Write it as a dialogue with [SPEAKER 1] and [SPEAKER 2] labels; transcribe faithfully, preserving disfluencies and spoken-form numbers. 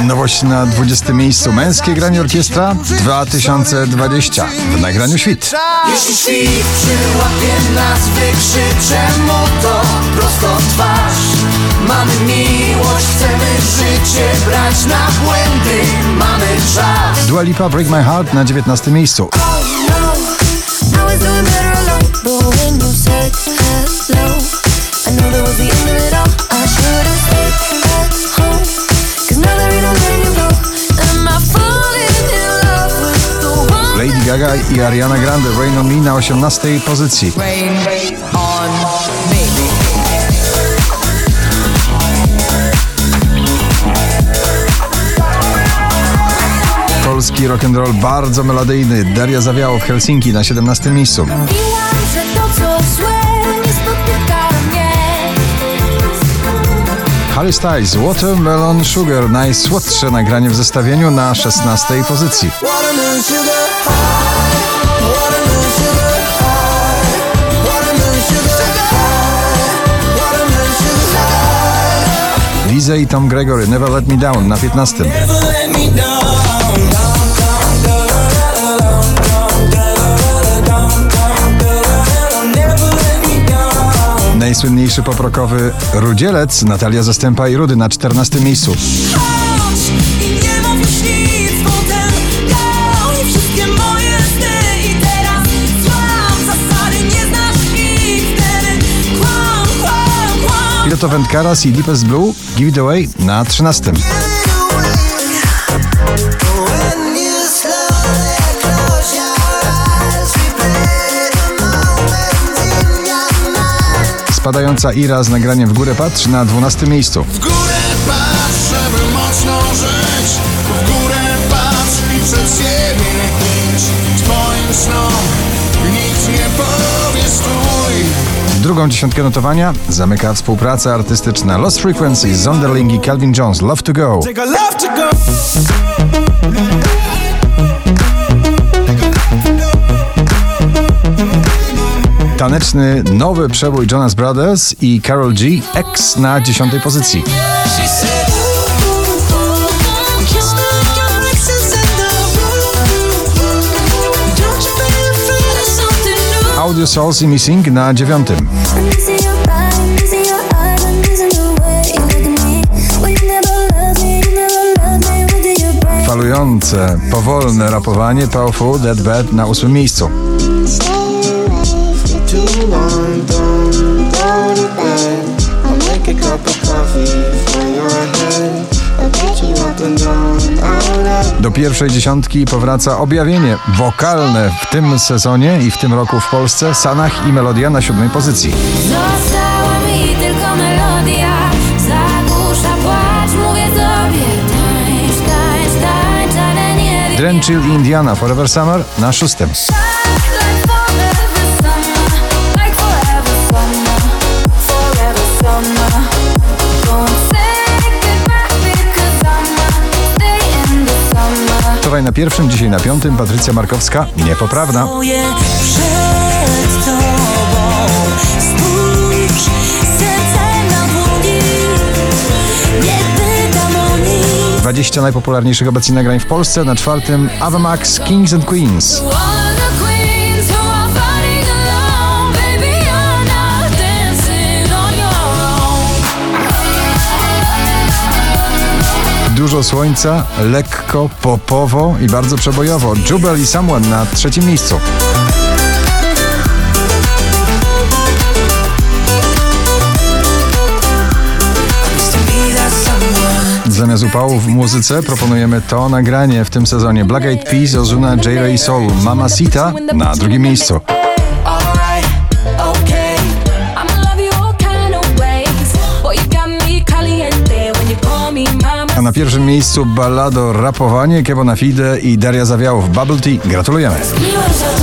[SPEAKER 1] Nowość na dwudziestym miejscu. Męskie granie orkiestra dwa tysiące dwadzieścia w nagraniu Świt.
[SPEAKER 2] Jeśli świt przyłapie nas, wykrzyczę mu to prosto w twarz. Mamy miłość, chcemy życie brać na błędy, mamy czas.
[SPEAKER 1] Dua Lipa, Break My Heart na dziewiętnastym miejscu. Lady Gaga i Ariana Grande, Rain on Me na osiemnastej pozycji. Polski rock'n'roll bardzo melodyjny. Daria Zawiało w Helsinki na siedemnastym miejscu. Harry Styles, Watermelon Sugar, najsłodsze nagranie w zestawieniu na szesnastej pozycji. Liza i Tom Gregory, Never Let Me Down na piętnastym. Najsłynniejszy poprokowy Rudzielec, Natalia Zastępa i Rudy na czternastym miejscu. Piloto Wędkaras i Deepest Blue, Give It Away na trzynastym. Spadająca Ira z nagraniem W górę patrz na dwunastym miejscu.
[SPEAKER 3] W górę patrz, żeby mocno żyć. W górę patrz i przed siebie idź. Twoim snom nikt nie powie stój.
[SPEAKER 1] Drugą dziesiątkę notowania zamyka współpraca artystyczna Lost Frequencies, Zonderling i Calvin Jones, Love to Go. Taneczny nowy przebój Jonas Brothers i Karol G, X na dziesiątej pozycji. Audio Souls i Missing na dziewiątym. Falujące, powolne rapowanie Powerful That Bad na ósmym miejscu. Do pierwszej dziesiątki powraca objawienie wokalne w tym sezonie i w tym roku w Polsce. Sanach i Melodia na siódmej pozycji.
[SPEAKER 4] Została mi tylko melodia, zagłusza płacz, mówię tobie, tańcz, tańcz, tańcz, ale nie wiem.
[SPEAKER 1] Drenchill i Indiana, Forever Summer na szóstym. Wczoraj na pierwszym, dzisiaj na piątym. Patrycja Markowska, Niepoprawna. dwadzieścia najpopularniejszych obecnie nagrań w Polsce. Na czwartym Ava Max, Kings and Queens. Dużo słońca, lekko, popowo i bardzo przebojowo. Jubel i Someone na trzecim miejscu. Zamiast upału w muzyce proponujemy to nagranie w tym sezonie. Black Eyed Peas, Ozuna, J. Ray Soul, Mamacita na drugim miejscu. A na pierwszym miejscu ballado rapowanie Kebona Fide i Daria Zawiało w Bubble Tea. Gratulujemy.